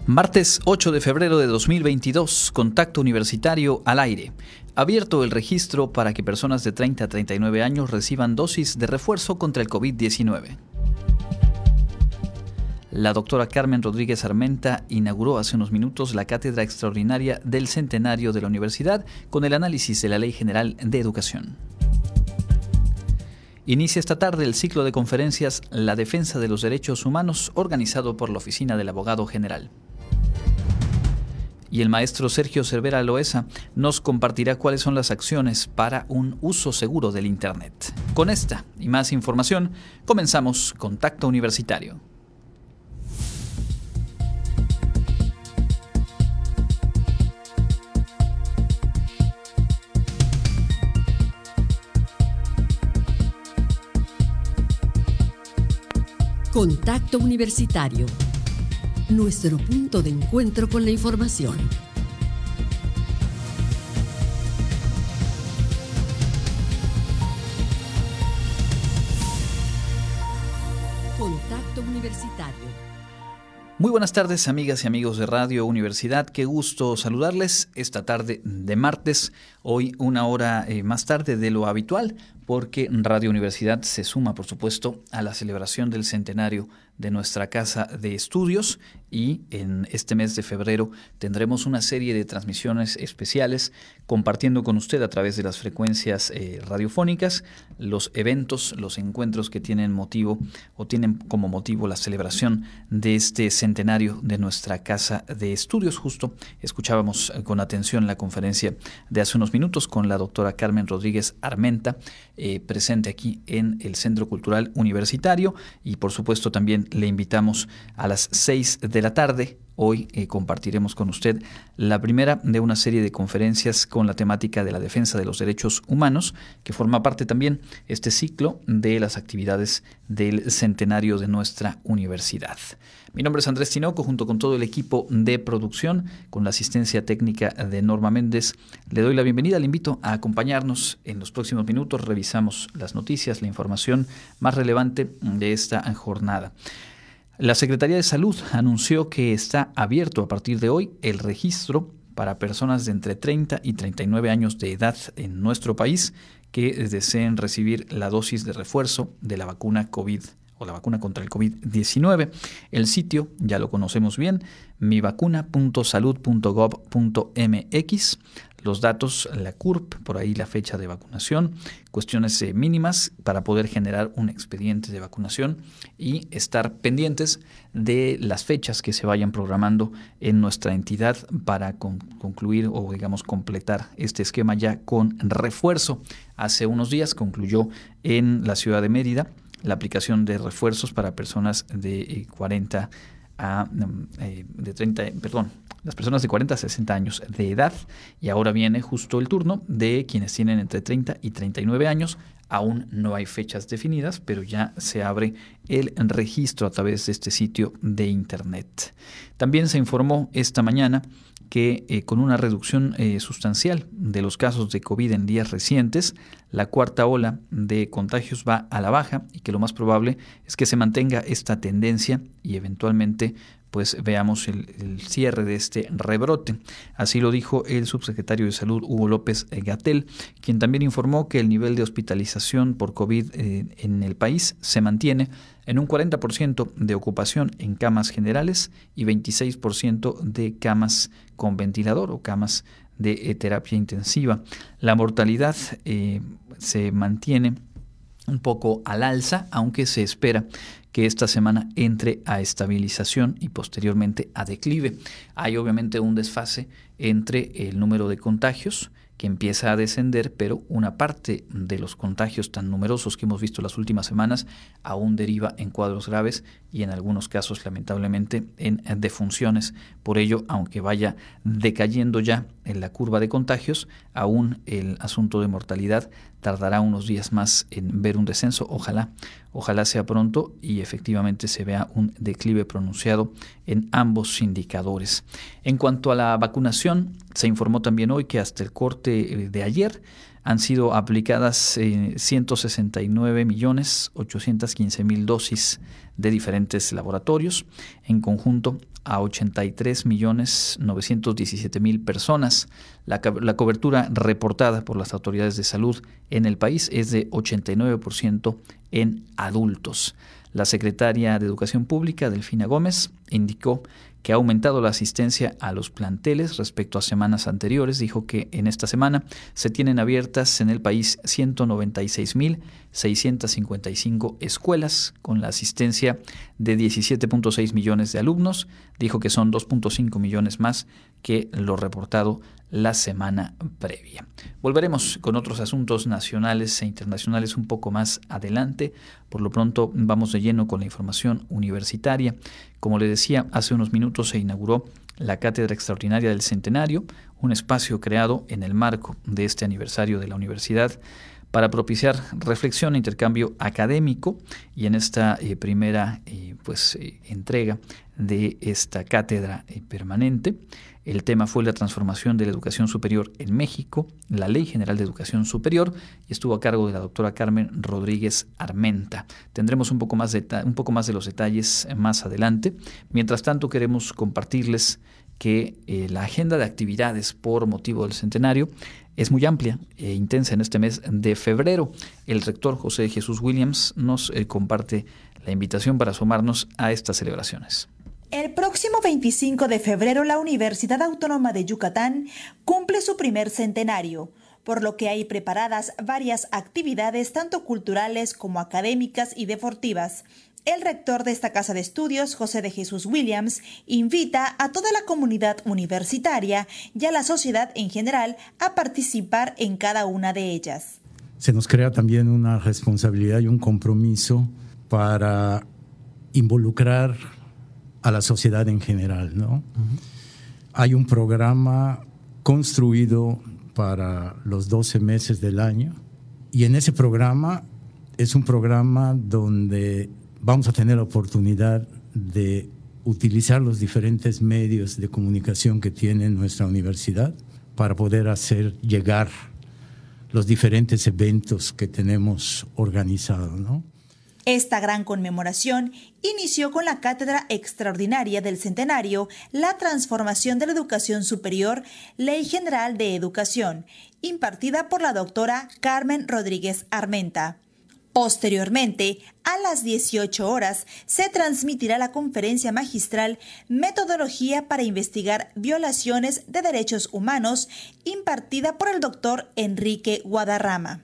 Martes 8 de febrero de 2022, Contacto Universitario al aire. Abierto el registro para que personas de 30 a 39 años reciban dosis de refuerzo contra el COVID-19. La doctora Carmen Rodríguez Armenta inauguró hace unos minutos la cátedra extraordinaria del centenario de la universidad con el análisis de la Ley General de Educación. Inicia esta tarde el ciclo de conferencias La Defensa de los Derechos Humanos, organizado por la Oficina del Abogado General. Y el maestro Sergio Cervera Loesa nos compartirá cuáles son las acciones para un uso seguro del Internet. Con esta y más información, comenzamos Contacto Universitario. Contacto Universitario, nuestro punto de encuentro con la información. Contacto Universitario. Muy buenas tardes, amigas y amigos de Radio Universidad. Qué gusto saludarles esta tarde de martes, hoy una hora más tarde de lo habitual, porque Radio Universidad se suma, por supuesto, a la celebración del centenario de nuestra casa de estudios, y en este mes de febrero tendremos una serie de transmisiones especiales compartiendo con usted a través de las frecuencias radiofónicas los eventos, los encuentros que tienen motivo o tienen como motivo la celebración de este centenario de nuestra casa de estudios. Justo escuchábamos con atención la conferencia de hace unos minutos con la doctora Carmen Rodríguez Armenta, presente aquí en el Centro Cultural Universitario, y por supuesto también le invitamos a las 6 de la tarde. Hoy compartiremos con usted la primera de una serie de conferencias con la temática de la defensa de los derechos humanos, que forma parte también este ciclo de las actividades del centenario de nuestra universidad. Mi nombre es Andrés Tinoco, junto con todo el equipo de producción, con la asistencia técnica de Norma Méndez. Le doy la bienvenida, le invito a acompañarnos en los próximos minutos. Revisamos las noticias, la información más relevante de esta jornada. La Secretaría de Salud anunció que está abierto a partir de hoy el registro para personas de entre 30 y 39 años de edad en nuestro país que deseen recibir la dosis de refuerzo de la vacuna COVID o la vacuna contra el COVID-19. El sitio ya lo conocemos bien, mivacuna.salud.gov.mx. Los datos, la CURP, por ahí la fecha de vacunación, cuestiones mínimas para poder generar un expediente de vacunación y estar pendientes de las fechas que se vayan programando en nuestra entidad para concluir o digamos completar este esquema ya con refuerzo. Hace unos días concluyó en la ciudad de Mérida la aplicación de refuerzos para personas de 40 a las personas de 40 a 60 años de edad, y ahora viene justo el turno de quienes tienen entre 30 y 39 años. Aún no hay fechas definidas, pero ya se abre el registro a través de este sitio de internet. También se informó esta mañana que con una reducción sustancial de los casos de COVID en días recientes, la cuarta ola de contagios va a la baja y que lo más probable es que se mantenga esta tendencia y eventualmente pues veamos el cierre de este rebrote. Así lo dijo el subsecretario de Salud, Hugo López-Gatell, quien también informó que el nivel de hospitalización por COVID en el país se mantiene en un 40% de ocupación en camas generales y 26% de camas con ventilador o camas de terapia intensiva. La mortalidad se mantiene un poco al alza, aunque se espera que esta semana entre a estabilización y posteriormente a declive. Hay obviamente un desfase entre el número de contagios que empieza a descender, pero una parte de los contagios tan numerosos que hemos visto las últimas semanas aún deriva en cuadros graves y en algunos casos lamentablemente en defunciones. Por ello, aunque vaya decayendo ya en la curva de contagios, aún el asunto de mortalidad tardará unos días más en ver un descenso. Ojalá sea pronto y efectivamente se vea un declive pronunciado en ambos indicadores. En cuanto a la vacunación, se informó también hoy que hasta el corte de ayer han sido aplicadas 169.815.000 dosis de diferentes laboratorios. En conjunto, a 83.917.000 personas. La cobertura reportada por las autoridades de salud en el país es de 89% en adultos. La secretaria de Educación Pública, Delfina Gómez, indicó que ha aumentado la asistencia a los planteles respecto a semanas anteriores. Dijo que en esta semana se tienen abiertas en el país 196.655 escuelas con la asistencia de 17.6 millones de alumnos. Dijo que son 2.5 millones más que lo reportado la semana previa. Volveremos con otros asuntos nacionales e internacionales un poco más adelante. Por lo pronto vamos de lleno con la información universitaria. Como le decía, hace unos minutos se inauguró la Cátedra Extraordinaria del Centenario, un espacio creado en el marco de este aniversario de la universidad para propiciar reflexión e intercambio académico, y en esta primera entrega de esta cátedra permanente, el tema fue la transformación de la educación superior en México, la Ley General de Educación Superior, y estuvo a cargo de la doctora Carmen Rodríguez Armenta. Tendremos un poco más de los detalles más adelante. Mientras tanto, queremos compartirles que la agenda de actividades por motivo del centenario es muy amplia e intensa en este mes de febrero. El rector José Jesús Williams nos comparte la invitación para sumarnos a estas celebraciones. El próximo 25 de febrero la Universidad Autónoma de Yucatán cumple su primer centenario, por lo que hay preparadas varias actividades tanto culturales como académicas y deportivas. El rector de esta casa de estudios, José de Jesús Williams, invita a toda la comunidad universitaria y a la sociedad en general a participar en cada una de ellas. Se nos crea también una responsabilidad y un compromiso para involucrar a la sociedad en general, ¿no? Uh-huh. Hay un programa construido para los 12 meses del año, y en ese programa es un programa donde vamos a tener la oportunidad de utilizar los diferentes medios de comunicación que tiene nuestra universidad para poder hacer llegar los diferentes eventos que tenemos organizados, ¿no? Esta gran conmemoración inició con la Cátedra Extraordinaria del Centenario, la transformación de la educación superior, Ley General de Educación, impartida por la doctora Carmen Rodríguez Armenta. Posteriormente, a las 18 horas, se transmitirá la conferencia magistral Metodología para investigar violaciones de derechos humanos, impartida por el doctor Enrique Guadarrama.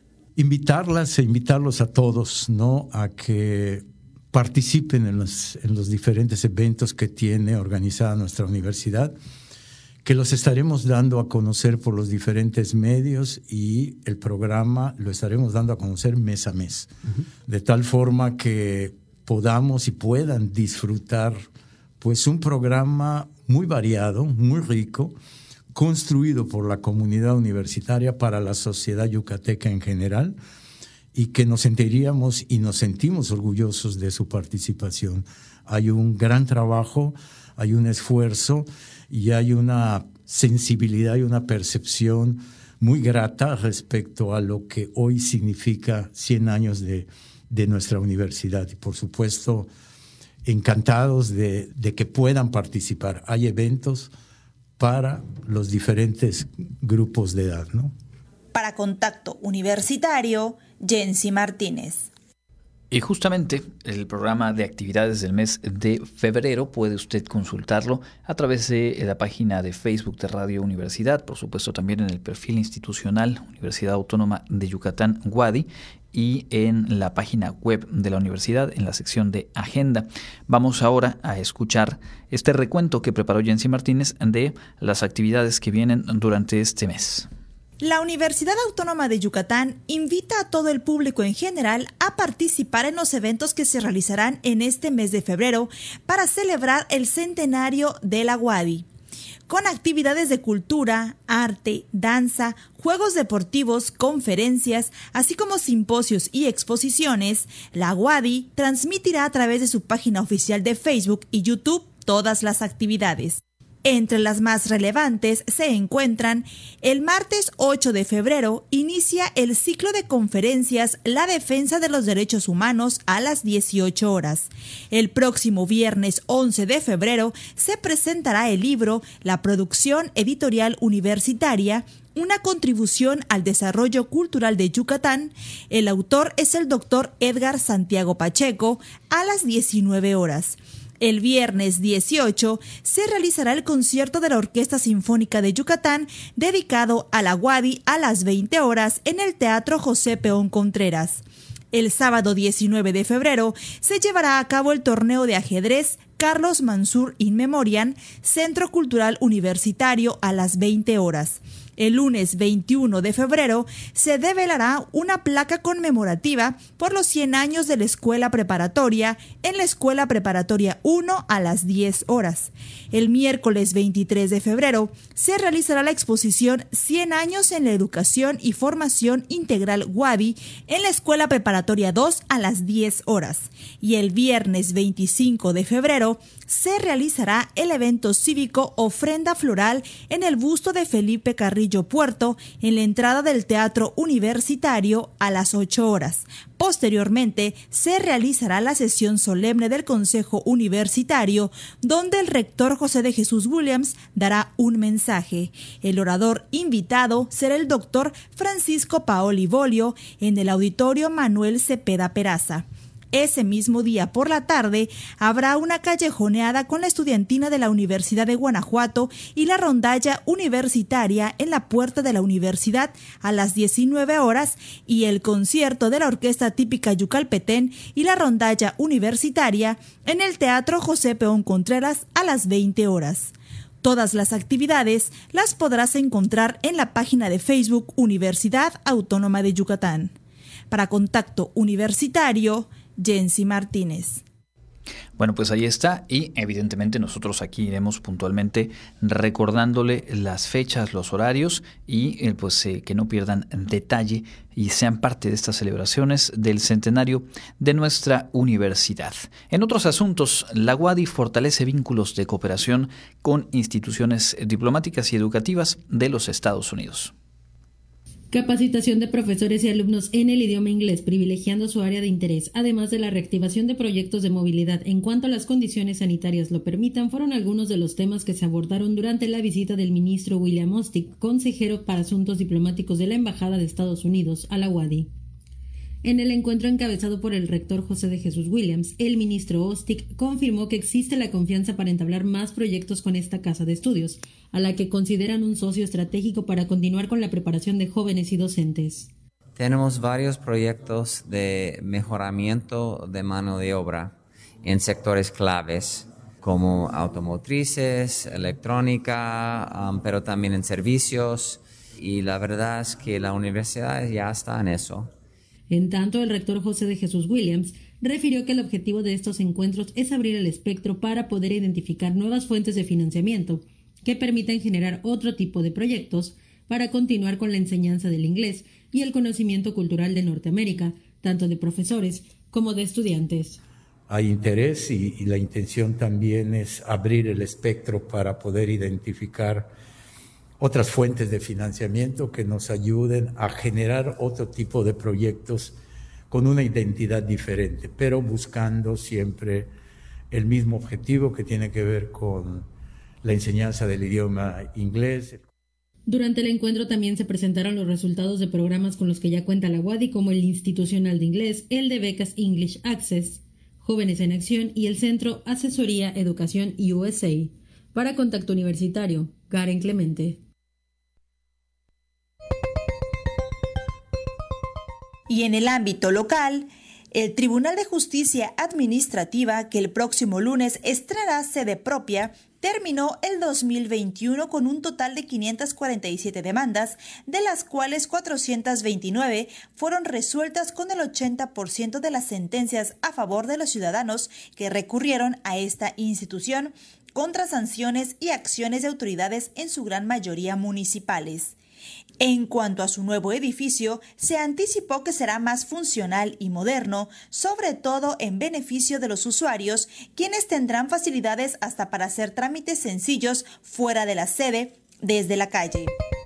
Invitarlos a todos, ¿no?, a que participen en los diferentes eventos que tiene organizada nuestra universidad, que los estaremos dando a conocer por los diferentes medios, y el programa lo estaremos dando a conocer mes a mes, de tal forma que podamos y puedan disfrutar pues un programa muy variado, muy rico, construido por la comunidad universitaria para la sociedad yucateca en general, y que nos sentiríamos y nos sentimos orgullosos de su participación. Hay un gran trabajo, hay un esfuerzo y hay una sensibilidad y una percepción muy grata respecto a lo que hoy significa 100 años de nuestra universidad. Y por supuesto, encantados de que puedan participar. Hay eventos para los diferentes grupos de edad, ¿no? Para Contacto Universitario, Jensi Martínez. Y justamente el programa de actividades del mes de febrero puede usted consultarlo a través de la página de Facebook de Radio Universidad, por supuesto también en el perfil institucional Universidad Autónoma de Yucatán, UADY, y en la página web de la universidad en la sección de Agenda. Vamos ahora a escuchar este recuento que preparó Jensi Martínez de las actividades que vienen durante este mes. La Universidad Autónoma de Yucatán invita a todo el público en general a participar en los eventos que se realizarán en este mes de febrero para celebrar el centenario de la UADY. Con actividades de cultura, arte, danza, juegos deportivos, conferencias, así como simposios y exposiciones, la UADY transmitirá a través de su página oficial de Facebook y YouTube todas las actividades. Entre las más relevantes se encuentran: el martes 8 de febrero inicia el ciclo de conferencias La defensa de los derechos humanos a las 18 horas. El próximo viernes 11 de febrero se presentará el libro La producción editorial universitaria, una contribución al desarrollo cultural de Yucatán. El autor es el doctor Edgar Santiago Pacheco, a las 19 horas. El viernes 18 se realizará el concierto de la Orquesta Sinfónica de Yucatán dedicado a la UADY a las 20 horas en el Teatro José Peón Contreras. El sábado 19 de febrero se llevará a cabo el torneo de ajedrez Carlos Mansur In Memoriam, Centro Cultural Universitario, a las 20 horas. El lunes 21 de febrero se develará una placa conmemorativa por los 100 años de la Escuela Preparatoria en la Escuela Preparatoria 1 a las 10 horas. El miércoles 23 de febrero se realizará la exposición 100 años en la educación y formación integral UADY en la Escuela Preparatoria 2 a las 10 horas. Y el viernes 25 de febrero se realizará el evento cívico Ofrenda Floral en el busto de Felipe Carrillo Puerto en la entrada del Teatro Universitario a las 8 horas. Posteriormente se realizará la sesión solemne del Consejo Universitario, donde el rector José de Jesús Williams dará un mensaje. El orador invitado será el doctor Francisco Paoli Bolio en el Auditorio Manuel Cepeda Peraza. Ese mismo día por la tarde habrá una callejoneada con la estudiantina de la Universidad de Guanajuato y la rondalla universitaria en la puerta de la universidad a las 19 horas y el concierto de la Orquesta Típica Yucalpetén y la rondalla universitaria en el Teatro José Peón Contreras a las 20 horas. Todas las actividades las podrás encontrar en la página de Facebook Universidad Autónoma de Yucatán. Para Contacto Universitario, Jensi Martínez. Bueno, pues ahí está, y evidentemente nosotros aquí iremos puntualmente recordándole las fechas, los horarios y que no pierdan detalle y sean parte de estas celebraciones del centenario de nuestra universidad. En otros asuntos, la UADY fortalece vínculos de cooperación con instituciones diplomáticas y educativas de los Estados Unidos. Capacitación de profesores y alumnos en el idioma inglés, privilegiando su área de interés, además de la reactivación de proyectos de movilidad en cuanto a las condiciones sanitarias lo permitan, fueron algunos de los temas que se abordaron durante la visita del ministro William Ostick, consejero para asuntos diplomáticos de la Embajada de Estados Unidos a la UADY. En el encuentro encabezado por el rector José de Jesús Williams, el ministro Ostick confirmó que existe la confianza para entablar más proyectos con esta casa de estudios, a la que consideran un socio estratégico para continuar con la preparación de jóvenes y docentes. Tenemos varios proyectos de mejoramiento de mano de obra en sectores claves como automotrices, electrónica, pero también en servicios, y la verdad es que la universidad ya está en eso. En tanto, el rector José de Jesús Williams refirió que el objetivo de estos encuentros es abrir el espectro para poder identificar nuevas fuentes de financiamiento que permitan generar otro tipo de proyectos para continuar con la enseñanza del inglés y el conocimiento cultural de Norteamérica, tanto de profesores como de estudiantes. Hay interés y la intención también es abrir el espectro para poder identificar otras fuentes de financiamiento que nos ayuden a generar otro tipo de proyectos con una identidad diferente, pero buscando siempre el mismo objetivo que tiene que ver con la enseñanza del idioma inglés. Durante el encuentro también se presentaron los resultados de programas con los que ya cuenta la UADY, como el Institucional de Inglés, el de Becas English Access, Jóvenes en Acción y el Centro Asesoría Educación USA. Para Contacto Universitario, Karen Clemente. Y en el ámbito local, el Tribunal de Justicia Administrativa, que el próximo lunes estrenará sede propia, terminó el 2021 con un total de 547 demandas, de las cuales 429 fueron resueltas con el 80% de las sentencias a favor de los ciudadanos que recurrieron a esta institución contra sanciones y acciones de autoridades en su gran mayoría municipales. En cuanto a su nuevo edificio, se anticipó que será más funcional y moderno, sobre todo en beneficio de los usuarios, quienes tendrán facilidades hasta para hacer trámites sencillos fuera de la sede, desde la calle.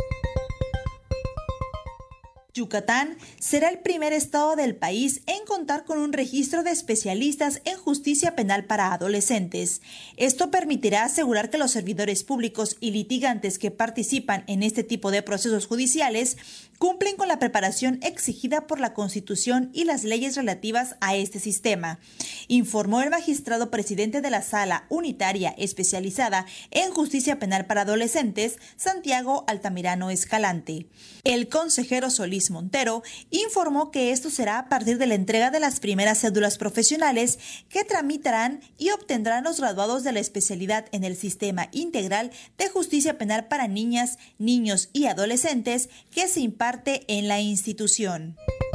Yucatán será el primer estado del país en contar con un registro de especialistas en justicia penal para adolescentes. Esto permitirá asegurar que los servidores públicos y litigantes que participan en este tipo de procesos judiciales cumplen con la preparación exigida por la Constitución y las leyes relativas a este sistema, informó el magistrado presidente de la Sala Unitaria Especializada en Justicia Penal para Adolescentes, Santiago Altamirano Escalante. El consejero Solís Montero informó que esto será a partir de la entrega de las primeras cédulas profesionales que tramitarán y obtendrán los graduados de la especialidad en el Sistema Integral de Justicia Penal para Niñas, Niños y Adolescentes que se imparte en la institución.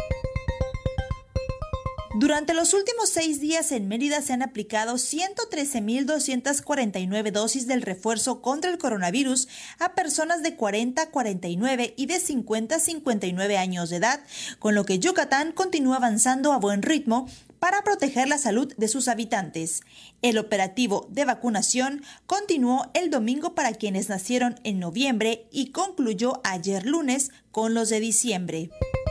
Durante los últimos 6 días en Mérida se han aplicado 113.249 dosis del refuerzo contra el coronavirus a personas de 40 a 49 y de 50 a 59 años de edad, con lo que Yucatán continúa avanzando a buen ritmo para proteger la salud de sus habitantes. El operativo de vacunación continuó el domingo para quienes nacieron en noviembre y concluyó ayer lunes con los de diciembre.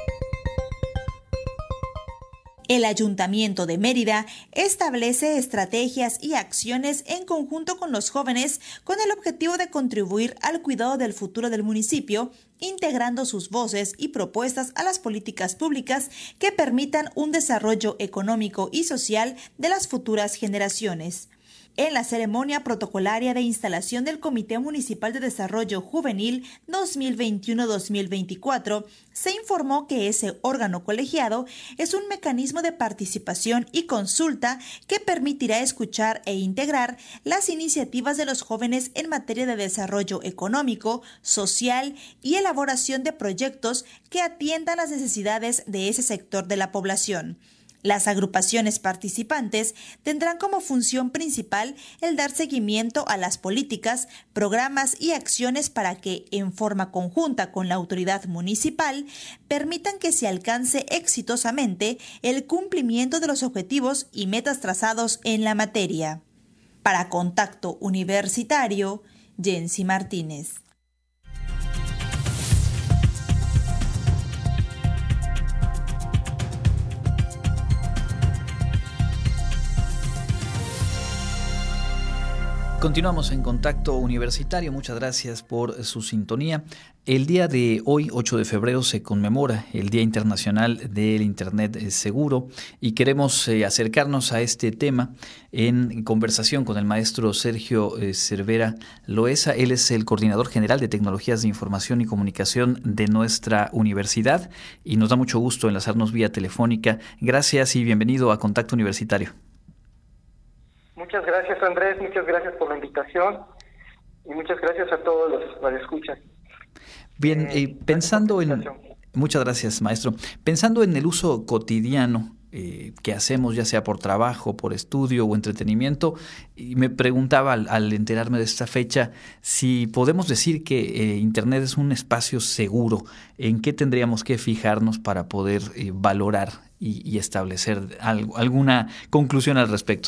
El Ayuntamiento de Mérida establece estrategias y acciones en conjunto con los jóvenes con el objetivo de contribuir al cuidado del futuro del municipio, integrando sus voces y propuestas a las políticas públicas que permitan un desarrollo económico y social de las futuras generaciones. En la ceremonia protocolaria de instalación del Comité Municipal de Desarrollo Juvenil 2021-2024, se informó que ese órgano colegiado es un mecanismo de participación y consulta que permitirá escuchar e integrar las iniciativas de los jóvenes en materia de desarrollo económico, social y elaboración de proyectos que atiendan las necesidades de ese sector de la población. Las agrupaciones participantes tendrán como función principal el dar seguimiento a las políticas, programas y acciones para que, en forma conjunta con la autoridad municipal, permitan que se alcance exitosamente el cumplimiento de los objetivos y metas trazados en la materia. Para Contacto Universitario, Jensi Martínez. Continuamos en Contacto Universitario. Muchas gracias por su sintonía. El día de hoy, 8 de febrero, se conmemora el Día Internacional del Internet Seguro y queremos acercarnos a este tema en conversación con el maestro Sergio Cervera Loesa. Él es el coordinador general de Tecnologías de Información y Comunicación de nuestra universidad y nos da mucho gusto enlazarnos vía telefónica. Gracias y bienvenido a Contacto Universitario. Muchas gracias, Andrés, muchas gracias por la invitación y muchas gracias a todos los que escuchan. Bien, pensando en... Muchas gracias, maestro. Pensando en el uso cotidiano que hacemos, ya sea por trabajo, por estudio o entretenimiento, y me preguntaba al enterarme de esta fecha si podemos decir que Internet es un espacio seguro. ¿En qué tendríamos que fijarnos para poder valorar y establecer alguna conclusión al respecto?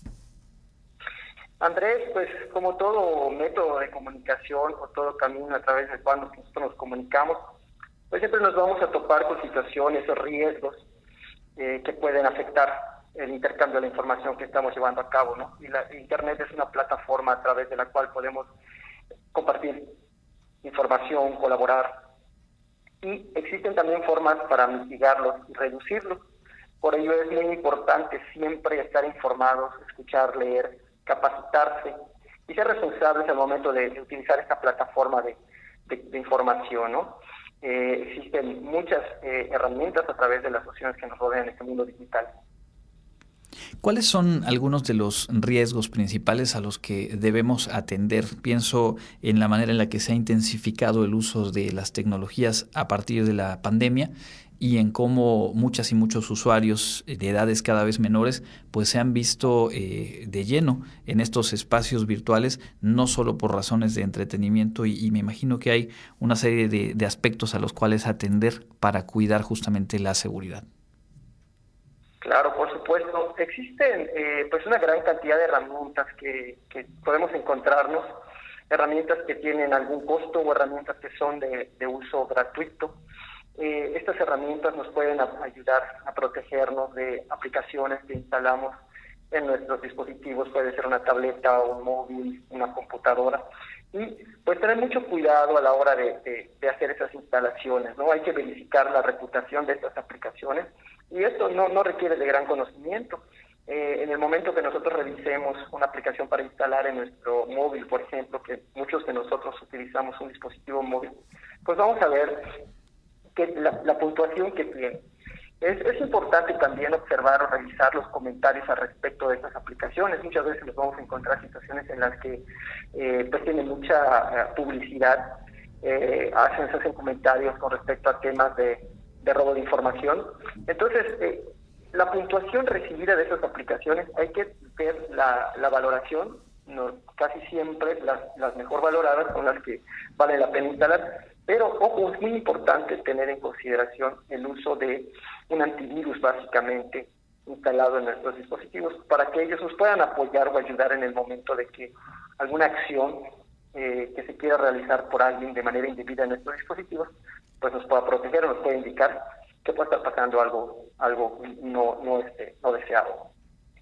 Andrés, pues como todo método de comunicación o todo camino a través del cual nosotros nos comunicamos, pues siempre nos vamos a topar con situaciones o riesgos que pueden afectar el intercambio de la información que estamos llevando a cabo, ¿no? Y Internet es una plataforma a través de la cual podemos compartir información, colaborar, y existen también formas para mitigarlos y reducirlos. Por ello es muy importante siempre estar informados, escuchar, leer, capacitarse y ser responsables al momento de utilizar esta plataforma de información, ¿no? Existen muchas herramientas a través de las opciones que nos rodean en este mundo digital. ¿Cuáles son algunos de los riesgos principales a los que debemos atender? Pienso en la manera en la que se ha intensificado el uso de las tecnologías a partir de la pandemia y en cómo muchas y muchos usuarios de edades cada vez menores pues se han visto de lleno en estos espacios virtuales, no solo por razones de entretenimiento, y me imagino que hay una serie de aspectos a los cuales atender para cuidar justamente la seguridad. Claro, por supuesto. Existen pues una gran cantidad de herramientas que podemos encontrarnos, herramientas que tienen algún costo o herramientas que son de uso gratuito. Estas herramientas nos pueden ayudar a protegernos de aplicaciones que instalamos en nuestros dispositivos, puede ser una tableta, un móvil, una computadora, y pues tener mucho cuidado a la hora de hacer esas instalaciones, ¿no? Hay que verificar la reputación de estas aplicaciones, y esto no requiere de gran conocimiento. En el momento que nosotros revisemos una aplicación para instalar en nuestro móvil, por ejemplo, que muchos de nosotros utilizamos un dispositivo móvil, pues vamos a ver que la puntuación que tiene. Es importante también observar o revisar los comentarios al respecto de estas aplicaciones. Muchas veces nos vamos a encontrar situaciones en las que pues tienen mucha publicidad, se hacen comentarios con respecto a temas de robo de información. Entonces, la puntuación recibida de esas aplicaciones, hay que ver la valoración. Casi siempre las mejor valoradas son las que vale la pena instalar, pero ojo, es muy importante tener en consideración el uso de un antivirus básicamente instalado en nuestros dispositivos para que ellos nos puedan apoyar o ayudar en el momento de que alguna acción que se quiera realizar por alguien de manera indebida en nuestros dispositivos, pues nos pueda proteger o nos pueda indicar que puede estar pasando algo no deseado.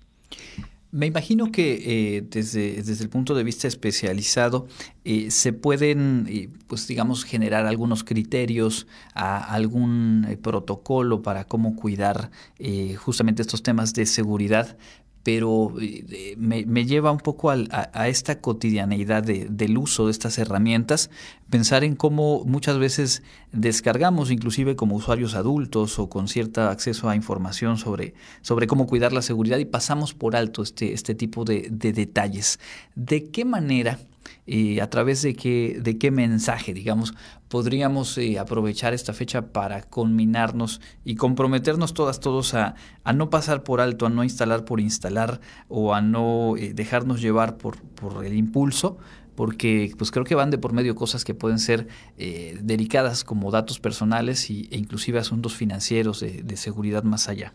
Me imagino que desde el punto de vista especializado se pueden, pues digamos, generar algunos criterios, algún protocolo para cómo cuidar justamente estos temas de seguridad, pero me lleva un poco a esta cotidianeidad del uso de estas herramientas, pensar en cómo muchas veces descargamos, inclusive como usuarios adultos o con cierto acceso a información sobre cómo cuidar la seguridad, y pasamos por alto este tipo de detalles. ¿De qué manera, a través de qué mensaje, digamos, podríamos aprovechar esta fecha para culminarnos y comprometernos todos a no pasar por alto, a no instalar por instalar o a no dejarnos llevar por el impulso? Porque pues creo que van de por medio cosas que pueden ser delicadas, como datos personales e inclusive asuntos financieros de seguridad más allá.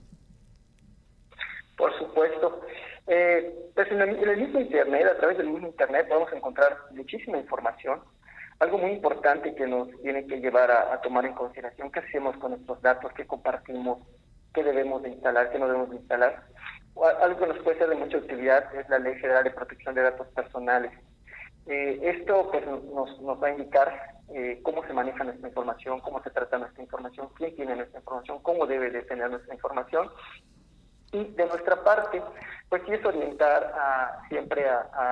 Por supuesto. Pues en el mismo Internet, a través del mismo Internet podemos encontrar muchísima información. Algo muy importante que nos tiene que llevar a tomar en consideración: qué hacemos con nuestros datos, qué compartimos, qué debemos de instalar, qué no debemos de instalar. Algo que nos puede ser de mucha utilidad es la Ley Federal de Protección de Datos Personales. Esto pues nos va a indicar cómo se maneja nuestra información, cómo se trata nuestra información, quién tiene nuestra información, cómo debe de tener nuestra información. Y de nuestra parte, pues sí es orientar siempre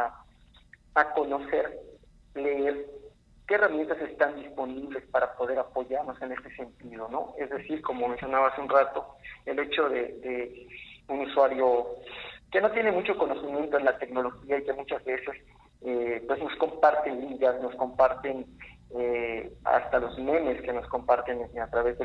a conocer, leer qué herramientas están disponibles para poder apoyarnos en este sentido, ¿no? Es decir, como mencionaba hace un rato, el hecho de un usuario que no tiene mucho conocimiento en la tecnología y que muchas veces pues nos comparten ligas, nos comparten hasta los memes que nos comparten a través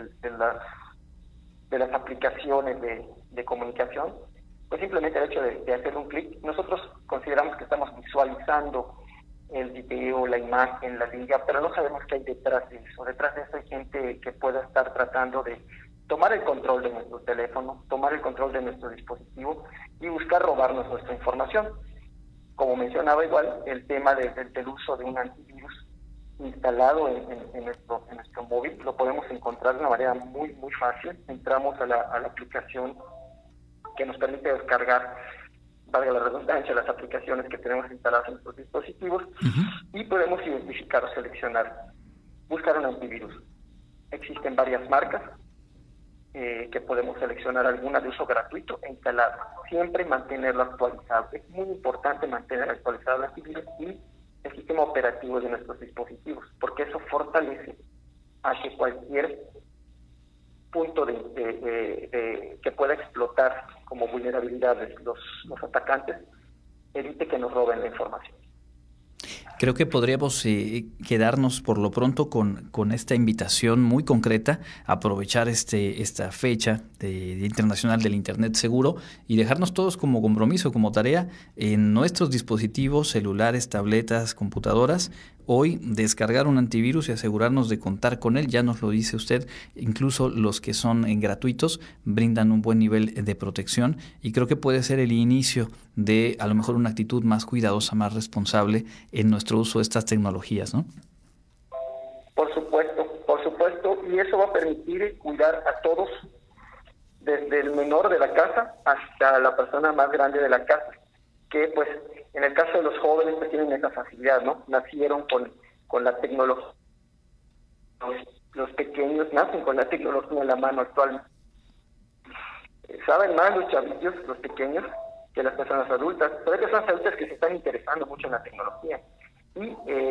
de las aplicaciones de comunicación, pues simplemente el hecho de hacer un clic, nosotros consideramos que estamos visualizando el video, la imagen, la liga, pero no sabemos qué hay detrás de eso. Detrás de eso hay gente que pueda estar tratando de tomar el control de nuestro teléfono, tomar el control de nuestro dispositivo y buscar robarnos nuestra información. Como mencionaba igual, el tema del uso de un antivirus instalado en nuestro móvil, lo podemos encontrar de una manera muy, muy fácil. Entramos a la aplicación que nos permite descargar, valga la redundancia, las aplicaciones que tenemos instaladas en nuestros dispositivos, y podemos identificar o seleccionar, buscar un antivirus. Existen varias marcas que podemos seleccionar, alguna de uso gratuito e instalar. Siempre mantenerlo actualizado. Es muy importante mantener actualizado el antivirus y el sistema operativo de nuestros dispositivos, porque eso fortalece a que cualquier punto que pueda explotar como vulnerabilidades los atacantes evite que nos roben la información. Creo que podríamos quedarnos por lo pronto con esta invitación muy concreta, aprovechar esta fecha de Internacional del Internet Seguro y dejarnos todos como compromiso, como tarea, en nuestros dispositivos celulares, tabletas, computadoras, hoy descargar un antivirus y asegurarnos de contar con él. Ya nos lo dice usted, incluso los que son gratuitos brindan un buen nivel de protección y creo que puede ser el inicio de a lo mejor una actitud más cuidadosa, más responsable en nuestro uso de estas tecnologías, ¿no? Por supuesto, y eso va a permitir cuidar a todos, desde el menor de la casa hasta la persona más grande de la casa, que pues en el caso de los jóvenes pues tienen esa facilidad, ¿no? Nacieron con la tecnología. Los pequeños nacen con la tecnología en la mano actualmente. Saben más los chavillos, los pequeños, que las personas adultas, pero hay personas adultas que se están interesando mucho en la tecnología. Y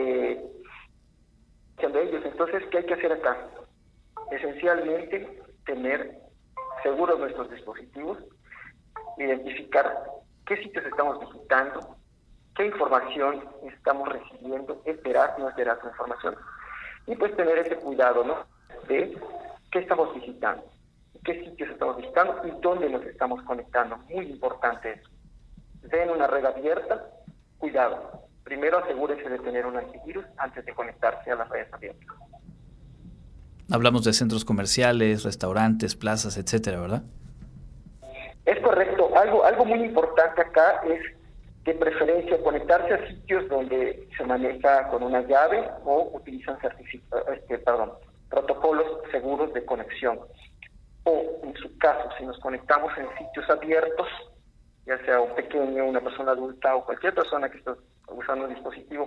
de ellos, entonces, ¿qué hay que hacer acá? Esencialmente, tener seguros nuestros dispositivos, identificar qué sitios estamos visitando, qué información estamos recibiendo, es veraz, no es veraz la información, y pues tener ese cuidado, ¿no?, de qué estamos visitando, qué sitios estamos visitando y dónde nos estamos conectando. Muy importante eso. Den una red abierta, cuidado. Primero asegúrense de tener un antivirus antes de conectarse a las redes abiertas. Hablamos de centros comerciales, restaurantes, plazas, etcétera, ¿verdad? Es correcto. Algo muy importante acá es, de preferencia, conectarse a sitios donde se maneja con una llave o utilizan protocolos seguros de conexión. O, en su caso, si nos conectamos en sitios abiertos, ya sea un pequeño, una persona adulta o cualquier persona que esté usando un dispositivo,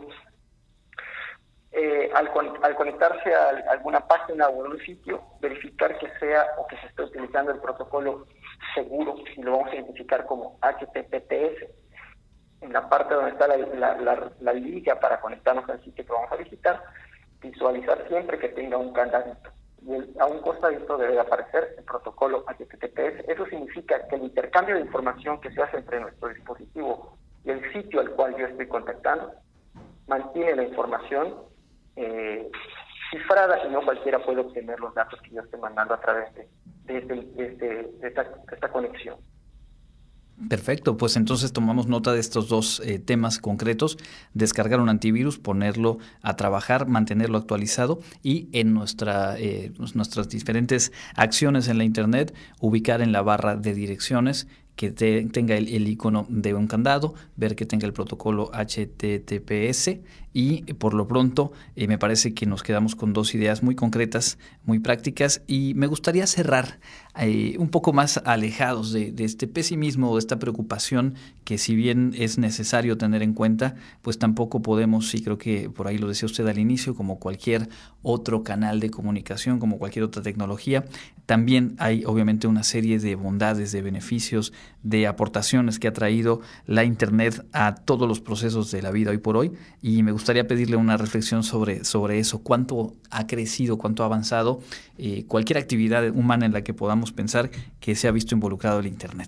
al conectarse a alguna página o a un sitio, verificar que sea o que se esté utilizando el protocolo seguro, y lo vamos a identificar como HTTPS. En la parte donde está la liga para conectarnos al sitio que vamos a visitar, visualizar siempre que tenga un candadito. Y a un costadito debe aparecer el protocolo HTTPS. Eso significa que el intercambio de información que se hace entre nuestro dispositivo y el sitio al cual yo estoy contactando mantiene la información cifrada, y no cualquiera puede obtener los datos que yo estoy mandando a través de esta conexión. Perfecto, pues entonces tomamos nota de estos dos temas concretos: descargar un antivirus, ponerlo a trabajar, mantenerlo actualizado y en nuestras diferentes acciones en la Internet, ubicar en la barra de direcciones que tenga el icono de un candado, ver que tenga el protocolo HTTPS y por lo pronto me parece que nos quedamos con dos ideas muy concretas, muy prácticas, y me gustaría cerrar un poco más alejados de este pesimismo o de esta preocupación que, si bien es necesario tener en cuenta, pues tampoco podemos, y creo que por ahí lo decía usted al inicio, como cualquier otro canal de comunicación, como cualquier otra tecnología, también hay obviamente una serie de bondades, de beneficios, de aportaciones que ha traído la Internet a todos los procesos de la vida hoy por hoy, y me gustaría pedirle una reflexión sobre eso. ¿Cuánto ha crecido, cuánto ha avanzado cualquier actividad humana en la que podamos pensar que se ha visto involucrado el Internet?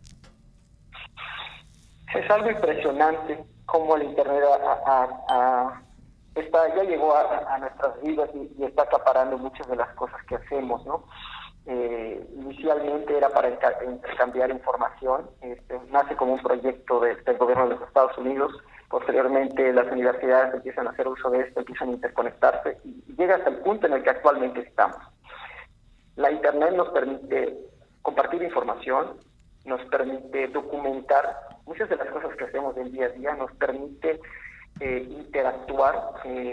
Es algo impresionante cómo el Internet ya llegó a nuestras vidas y está acaparando muchas de las cosas que hacemos, ¿no? Inicialmente era para intercambiar información. Nace como un proyecto del gobierno de los Estados Unidos. Posteriormente las universidades empiezan a hacer uso de esto, empiezan a interconectarse y llega hasta el punto en el que actualmente estamos. La Internet nos permite compartir información, nos permite documentar muchas de las cosas que hacemos del día a día, nos permite interactuar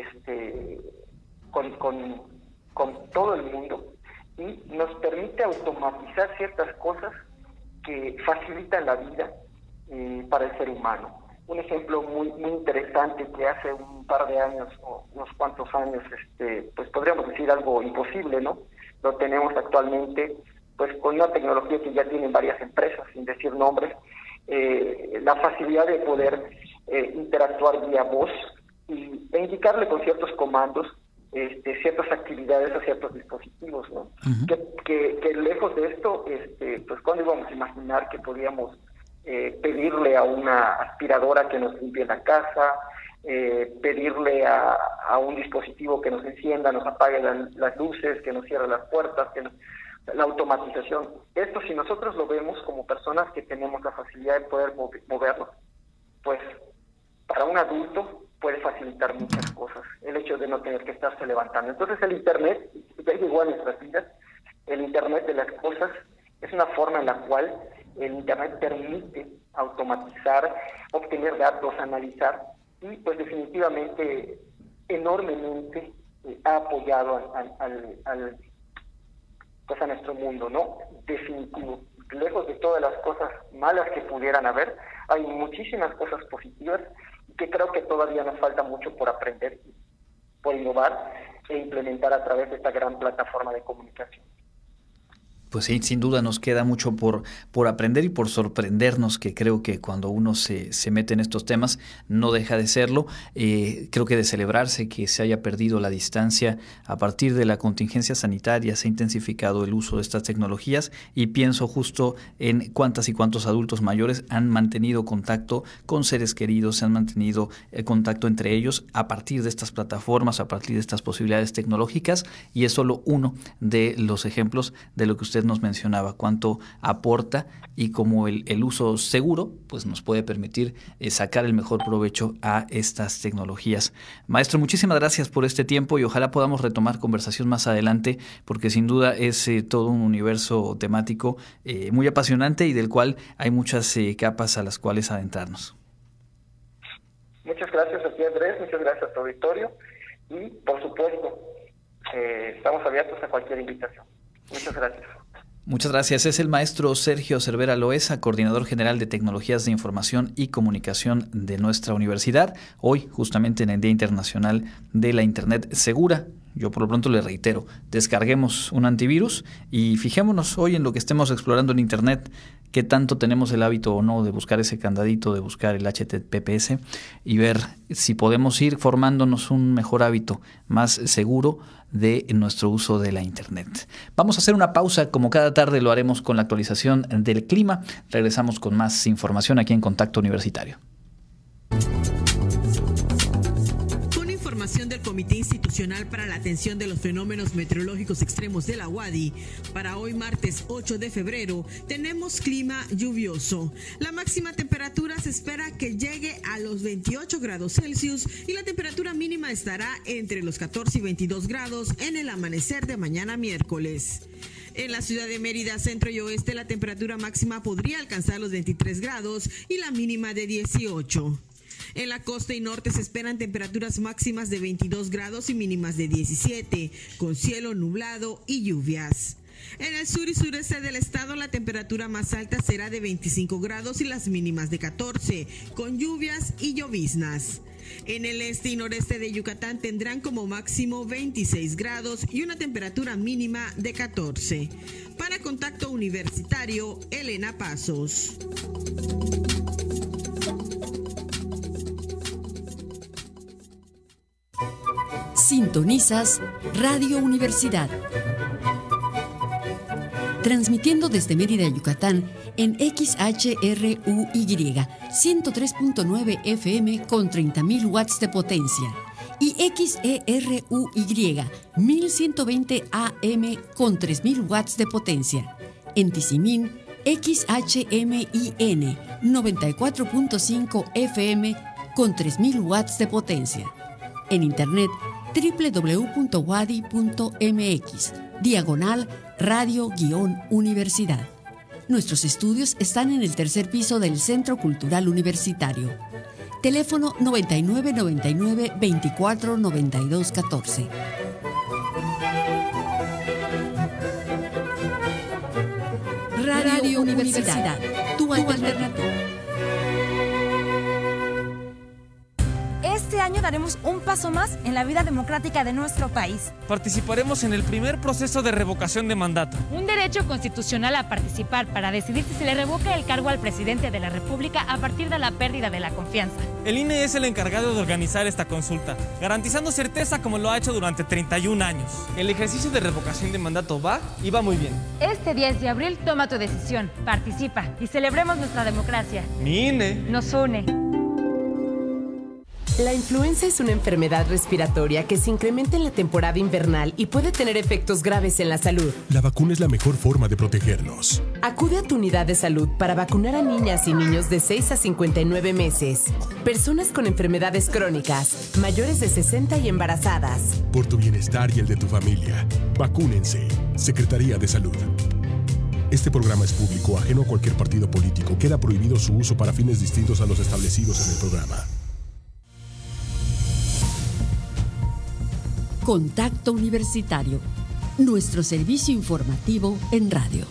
con todo el mundo, y nos permite automatizar ciertas cosas que facilitan la vida para el ser humano. Un ejemplo muy interesante, que hace un par de años o unos cuantos años, pues podríamos decir algo imposible, ¿no? Lo tenemos actualmente, pues con una tecnología que ya tienen varias empresas, sin decir nombres, la facilidad de poder interactuar vía voz e indicarle con ciertos comandos ciertas actividades a ciertos dispositivos, ¿no? Uh-huh. Que lejos de esto, pues ¿cuándo íbamos a imaginar que podíamos pedirle a una aspiradora que nos limpie la casa, pedirle a un dispositivo que nos encienda, nos apague las luces, que nos cierre las puertas, la automatización. Esto, si nosotros lo vemos como personas que tenemos la facilidad de poder movernos, pues para un adulto puede facilitar muchas cosas, el hecho de no tener que estarse levantando. Entonces el Internet ya llegó a nuestras vidas, el Internet de las cosas es una forma en la cual el Internet permite automatizar, obtener datos, analizar, y pues definitivamente, enormemente ha apoyado pues a nuestro mundo, ¿no? Definitivo. Lejos de todas las cosas malas que pudieran haber, hay muchísimas cosas positivas que creo que todavía nos falta mucho por aprender, por innovar e implementar a través de esta gran plataforma de comunicación. Pues sí, sin duda nos queda mucho por aprender y por sorprendernos, que creo que cuando uno se mete en estos temas no deja de serlo. Creo que de celebrarse que se haya perdido la distancia a partir de la contingencia sanitaria, se ha intensificado el uso de estas tecnologías, y pienso justo en cuántas y cuántos adultos mayores han mantenido contacto con seres queridos, se han mantenido contacto entre ellos a partir de estas plataformas, a partir de estas posibilidades tecnológicas, y es solo uno de los ejemplos de lo que usted nos mencionaba, cuánto aporta y cómo el uso seguro pues nos puede permitir sacar el mejor provecho a estas tecnologías. Maestro, muchísimas gracias por este tiempo y ojalá podamos retomar conversación más adelante, porque sin duda es todo un universo temático muy apasionante y del cual hay muchas capas a las cuales adentrarnos. Muchas gracias a ti, Andrés, muchas gracias a tu auditorio y por supuesto estamos abiertos a cualquier invitación. Muchas gracias. Muchas gracias. Es el maestro Sergio Cervera Loesa, coordinador general de Tecnologías de Información y Comunicación de nuestra universidad. Hoy, justamente en el Día Internacional de la Internet Segura, yo por lo pronto le reitero, descarguemos un antivirus y fijémonos hoy en lo que estemos explorando en Internet, qué tanto tenemos el hábito o no de buscar ese candadito, de buscar el HTTPS y ver si podemos ir formándonos un mejor hábito más seguro de nuestro uso de la Internet. Vamos a hacer una pausa, como cada tarde lo haremos con la actualización del clima. Regresamos con más información aquí en Contacto Universitario. Del Comité Institucional para la Atención de los Fenómenos Meteorológicos Extremos de la UADY, para hoy martes 8 de febrero tenemos clima lluvioso. La máxima temperatura se espera que llegue a los 28 grados Celsius y la temperatura mínima estará entre los 14 y 22 grados en el amanecer de mañana miércoles. En la ciudad de Mérida, centro y oeste, la temperatura máxima podría alcanzar los 23 grados y la mínima de 18. En la costa y norte se esperan temperaturas máximas de 22 grados y mínimas de 17, con cielo nublado y lluvias. En el sur y sureste del estado la temperatura más alta será de 25 grados y las mínimas de 14, con lluvias y lloviznas. En el este y noreste de Yucatán tendrán como máximo 26 grados y una temperatura mínima de 14. Para Contacto Universitario, Elena Pasos. Sintonizas Radio Universidad. Transmitiendo desde Mérida, Yucatán, en XHRUY 103.9 FM con 30.000 watts de potencia y XERUY 1120 AM con 3.000 watts de potencia. En Tizimín, XHMIN 94.5 FM con 3.000 watts de potencia. En Internet, www.wadi.mx/radio-universidad. Nuestros estudios están en el tercer piso del Centro Cultural Universitario. Teléfono 9999 24 92 14. Radio Universidad, tu alternativa. Este año daremos un paso más en la vida democrática de nuestro país. Participaremos en el primer proceso de revocación de mandato. Un derecho constitucional a participar para decidir si se le revoca el cargo al presidente de la República a partir de la pérdida de la confianza. El INE es el encargado de organizar esta consulta, garantizando certeza como lo ha hecho durante 31 años. El ejercicio de revocación de mandato va y va muy bien. Este 10 de abril toma tu decisión, participa y celebremos nuestra democracia. Mi INE nos une. La influenza es una enfermedad respiratoria que se incrementa en la temporada invernal y puede tener efectos graves en la salud. La vacuna es la mejor forma de protegernos. Acude a tu unidad de salud para vacunar a niñas y niños de 6 a 59 meses, personas con enfermedades crónicas, mayores de 60 y embarazadas. Por tu bienestar y el de tu familia, vacúnense. Secretaría de Salud. Este programa es público, ajeno a cualquier partido político. Queda prohibido su uso para fines distintos a los establecidos en el programa. Contacto Universitario, nuestro servicio informativo en radio.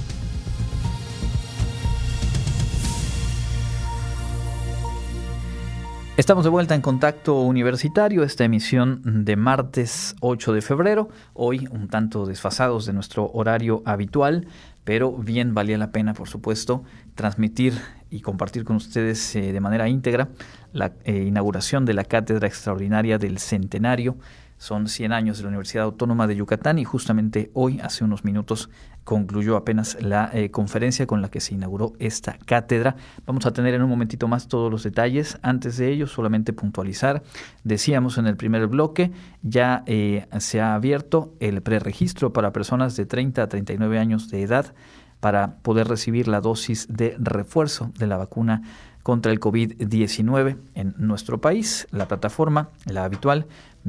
Estamos de vuelta en Contacto Universitario, esta emisión de martes 8 de febrero, hoy un tanto desfasados de nuestro horario habitual, pero bien valía la pena, por supuesto, transmitir y compartir con ustedes de manera íntegra la inauguración de la Cátedra Extraordinaria del Centenario. Son 100 años de la Universidad Autónoma de Yucatán y justamente hoy, hace unos minutos, concluyó apenas la conferencia con la que se inauguró esta cátedra. Vamos a tener en un momentito más todos los detalles. Antes de ello, solamente puntualizar. Decíamos en el primer bloque, ya se ha abierto el preregistro para personas de 30 a 39 años de edad para poder recibir la dosis de refuerzo de la vacuna contra el COVID-19 en nuestro país. La plataforma, la habitual,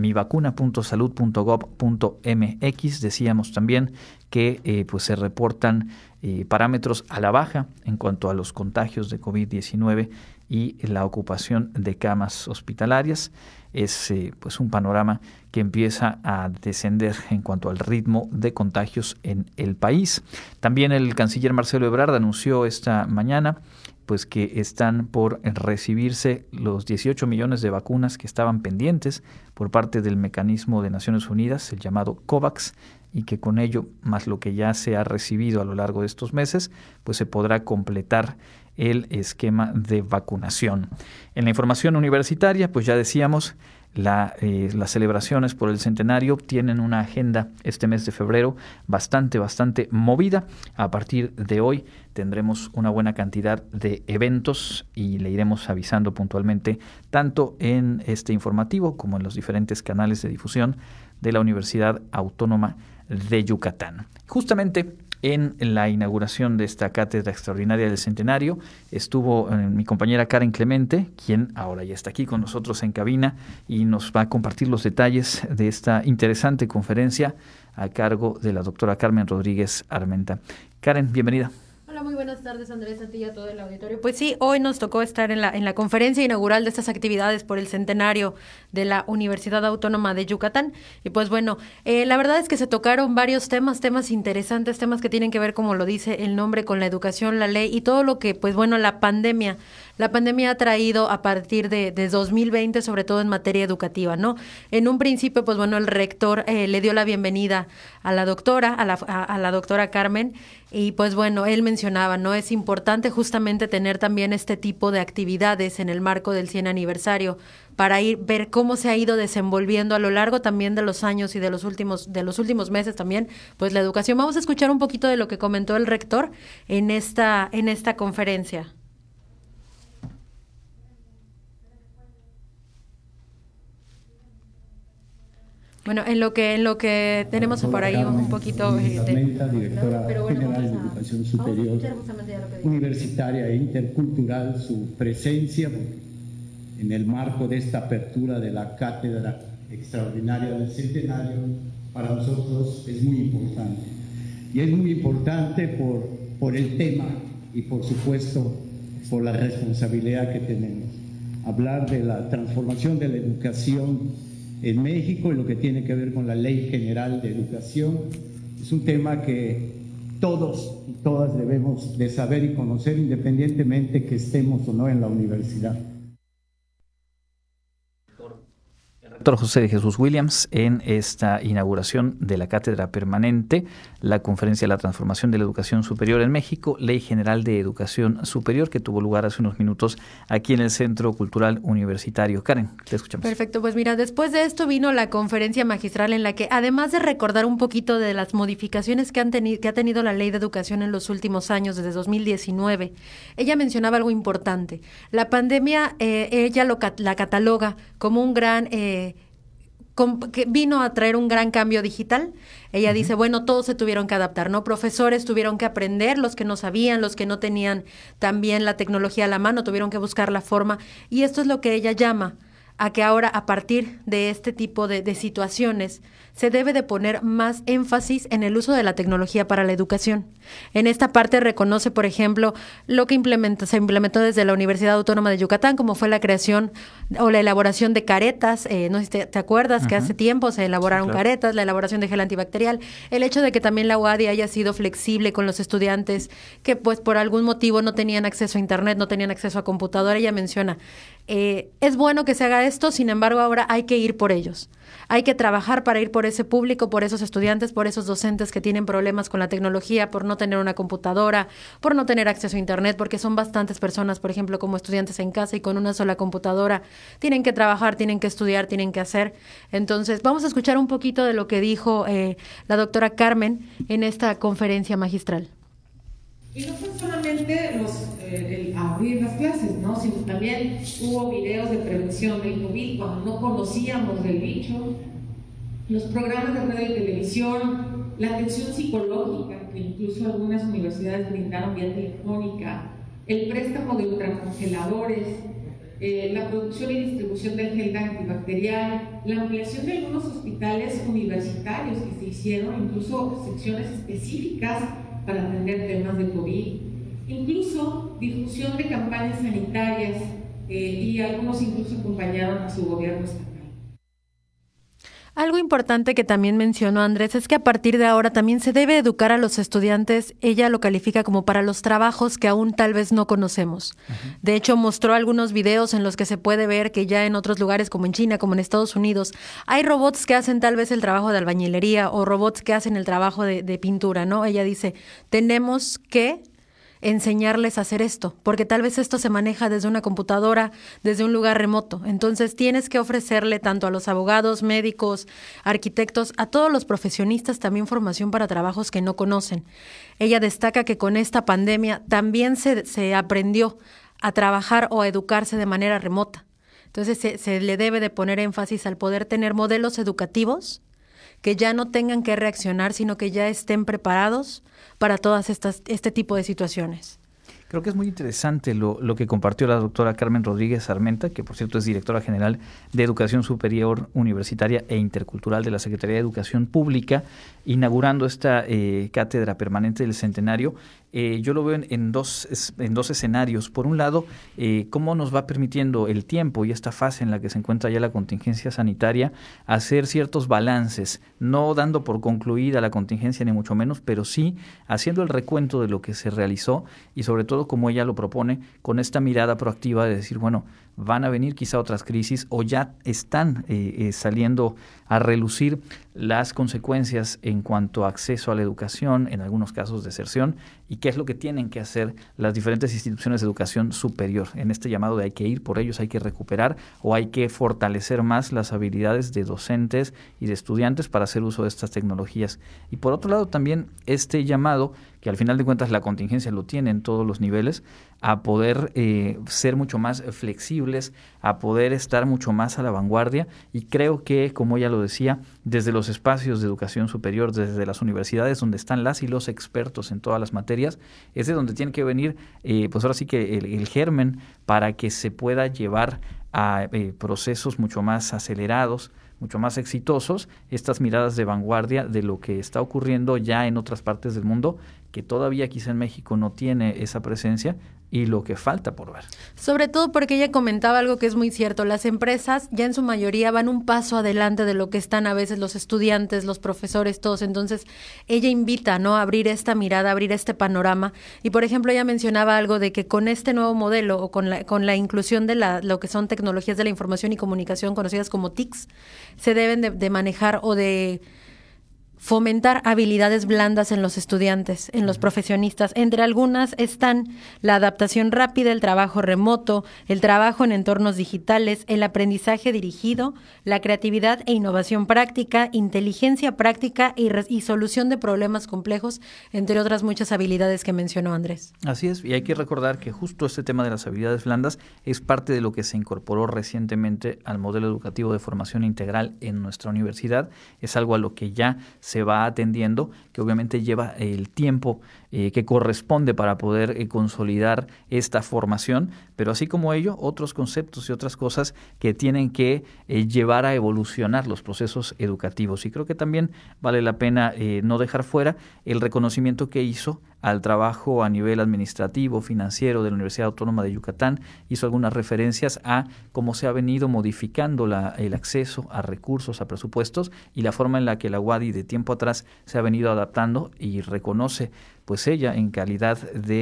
mivacuna.salud.gov.mx. Decíamos también que pues se reportan parámetros a la baja en cuanto a los contagios de COVID-19 y la ocupación de camas hospitalarias. Es pues un panorama que empieza a descender en cuanto al ritmo de contagios en el país. También el canciller Marcelo Ebrard anunció esta mañana pues que están por recibirse los 18 millones de vacunas que estaban pendientes por parte del mecanismo de Naciones Unidas, el llamado COVAX, y que con ello, más lo que ya se ha recibido a lo largo de estos meses, pues se podrá completar el esquema de vacunación. En la información universitaria, pues ya decíamos, las celebraciones por el centenario tienen una agenda este mes de febrero bastante movida. A partir de hoy tendremos una buena cantidad de eventos y le iremos avisando puntualmente tanto en este informativo como en los diferentes canales de difusión de la Universidad Autónoma de Yucatán. Justamente en la inauguración de esta Cátedra Extraordinaria del Centenario estuvo mi compañera Karen Clemente, quien ahora ya está aquí con nosotros en cabina y nos va a compartir los detalles de esta interesante conferencia a cargo de la doctora Carmen Rodríguez Armenta. Karen, bienvenida. Hola, muy buenas tardes, Andrés, a ti y a todo el auditorio. Pues sí, hoy nos tocó estar en la conferencia inaugural de estas actividades por el centenario de la Universidad Autónoma de Yucatán. Y pues bueno, la verdad es que se tocaron varios temas interesantes, temas que tienen que ver, como lo dice el nombre, con la educación, la ley y todo lo que, pues bueno, la pandemia ha traído a partir de 2020, sobre todo en materia educativa, ¿no? En un principio, pues bueno, el rector le dio la bienvenida a la doctora, a la doctora Carmen, y pues bueno, él mencionaba, ¿no? Es importante justamente tener también este tipo de actividades en el marco del 100 aniversario para ver cómo se ha ido desenvolviendo a lo largo también de los años y de los últimos meses también, pues la educación. Vamos a escuchar un poquito de lo que comentó el rector en esta conferencia. Bueno, en lo que tenemos por ahí un poquito directora general de Educación Superior Universitaria e Intercultural, su presencia en el marco de esta apertura de la Cátedra Extraordinaria del Centenario para nosotros es muy importante. Y es muy importante por el tema y por supuesto por la responsabilidad que tenemos. Hablar de la transformación de la educación en México y lo que tiene que ver con la Ley General de Educación es un tema que todos y todas debemos de saber y conocer, independientemente que estemos o no en la universidad. Doctor José de Jesús Williams en esta inauguración de la Cátedra Permanente, la Conferencia de la Transformación de la Educación Superior en México, Ley General de Educación Superior, que tuvo lugar hace unos minutos aquí en el Centro Cultural Universitario. Karen, te escuchamos. Perfecto, pues mira, después de esto vino la conferencia magistral en la que, además de recordar un poquito de las modificaciones que ha tenido la Ley de Educación en los últimos años, desde 2019, ella mencionaba algo importante. La pandemia, ella la cataloga como un gran... que vino a traer un gran cambio digital. Ella dice, bueno, todos se tuvieron que adaptar, ¿no? Profesores tuvieron que aprender, los que no sabían, los que no tenían también la tecnología a la mano, tuvieron que buscar la forma. Y esto es lo que ella llama a que ahora, a partir de este tipo de situaciones, se debe de poner más énfasis en el uso de la tecnología para la educación. En esta parte reconoce, por ejemplo, lo que se implementó desde la Universidad Autónoma de Yucatán, como fue la creación o la elaboración de caretas. No sé si te acuerdas que hace tiempo se elaboraron caretas, la elaboración de gel antibacterial, el hecho de que también la UADY haya sido flexible con los estudiantes que pues por algún motivo no tenían acceso a internet, no tenían acceso a computadora. Ella menciona, es bueno que se haga esto, sin embargo ahora hay que ir por ellos. Hay que trabajar para ir por ese público, por esos estudiantes, por esos docentes que tienen problemas con la tecnología, por no tener una computadora, por no tener acceso a internet, porque son bastantes personas, por ejemplo, como estudiantes en casa y con una sola computadora. Tienen que trabajar, tienen que estudiar, tienen que hacer. Entonces, vamos a escuchar un poquito de lo que dijo la doctora Carmen en esta conferencia magistral. Y no fue solamente el abrir las clases, ¿no? Sino también hubo videos de prevención del COVID cuando no conocíamos del bicho, los programas de radio y televisión, la atención psicológica, que incluso algunas universidades brindaron vía telefónica, el préstamo de ultracongeladores, la producción y distribución del gel antibacterial, la ampliación de algunos hospitales universitarios que se hicieron, incluso secciones específicas para atender temas de COVID, incluso difusión de campañas sanitarias y algunos incluso acompañaron a su gobierno estatal. Algo importante que también mencionó Andrés es que a partir de ahora también se debe educar a los estudiantes, ella lo califica como para los trabajos que aún tal vez no conocemos. De hecho, mostró algunos videos en los que se puede ver que ya en otros lugares como en China, como en Estados Unidos, hay robots que hacen tal vez el trabajo de albañilería o robots que hacen el trabajo de pintura, ¿no? Ella dice, tenemos que enseñarles a hacer esto, porque tal vez esto se maneja desde una computadora, desde un lugar remoto. Entonces tienes que ofrecerle tanto a los abogados, médicos, arquitectos, a todos los profesionistas también formación para trabajos que no conocen. Ella destaca que con esta pandemia también se aprendió a trabajar o a educarse de manera remota. Entonces se le debe de poner énfasis al poder tener modelos educativos que ya no tengan que reaccionar, sino que ya estén preparados para todas este tipo de situaciones. Creo que es muy interesante lo que compartió la doctora Carmen Rodríguez Armenta, que por cierto es directora general de Educación Superior Universitaria e Intercultural de la Secretaría de Educación Pública, inaugurando esta cátedra permanente del Centenario. Yo lo veo en dos escenarios. Por un lado, cómo nos va permitiendo el tiempo y esta fase en la que se encuentra ya la contingencia sanitaria hacer ciertos balances, no dando por concluida la contingencia ni mucho menos, pero sí haciendo el recuento de lo que se realizó y sobre todo como ella lo propone, con esta mirada proactiva de decir, bueno, van a venir quizá otras crisis o ya están saliendo a relucir las consecuencias en cuanto a acceso a la educación, en algunos casos deserción, y qué es lo que tienen que hacer las diferentes instituciones de educación superior. En este llamado de hay que ir por ellos, hay que recuperar o hay que fortalecer más las habilidades de docentes y de estudiantes para hacer uso de estas tecnologías. Y por otro lado también este llamado, que al final de cuentas la contingencia lo tiene en todos los niveles, a poder ser mucho más flexibles, a poder estar mucho más a la vanguardia, y creo que, como ella lo decía, desde los espacios de educación superior, desde las universidades donde están las y los expertos en todas las materias, es de donde tiene que venir, pues ahora sí que el germen para que se pueda llevar a procesos mucho más acelerados, mucho más exitosos, estas miradas de vanguardia de lo que está ocurriendo ya en otras partes del mundo, que todavía quizá en México no tiene esa presencia, y lo que falta por ver. Sobre todo porque ella comentaba algo que es muy cierto, las empresas ya en su mayoría van un paso adelante de lo que están a veces los estudiantes, los profesores, todos. Entonces ella invita, ¿no?, a abrir esta mirada, a abrir este panorama. Y por ejemplo ella mencionaba algo de que con este nuevo modelo o con la inclusión de lo que son tecnologías de la información y comunicación conocidas como TICs, se deben de manejar o de fomentar habilidades blandas en los estudiantes, en los profesionistas. Entre algunas están la adaptación rápida, el trabajo remoto, el trabajo en entornos digitales, el aprendizaje dirigido, la creatividad e innovación práctica, inteligencia práctica y solución de problemas complejos, entre otras muchas habilidades que mencionó Andrés. Así es, y hay que recordar que justo este tema de las habilidades blandas es parte de lo que se incorporó recientemente al modelo educativo de formación integral en nuestra universidad. Es algo a lo que ya se va atendiendo, que obviamente lleva el tiempo que corresponde para poder consolidar esta formación, pero así como ello, otros conceptos y otras cosas que tienen que llevar a evolucionar los procesos educativos. Y creo que también vale la pena no dejar fuera el reconocimiento que hizo al trabajo a nivel administrativo, financiero de la Universidad Autónoma de Yucatán. Hizo algunas referencias a cómo se ha venido modificando el acceso a recursos, a presupuestos, y la forma en la que la UADY de tiempo atrás se ha venido adaptando, y reconoce pues ella en calidad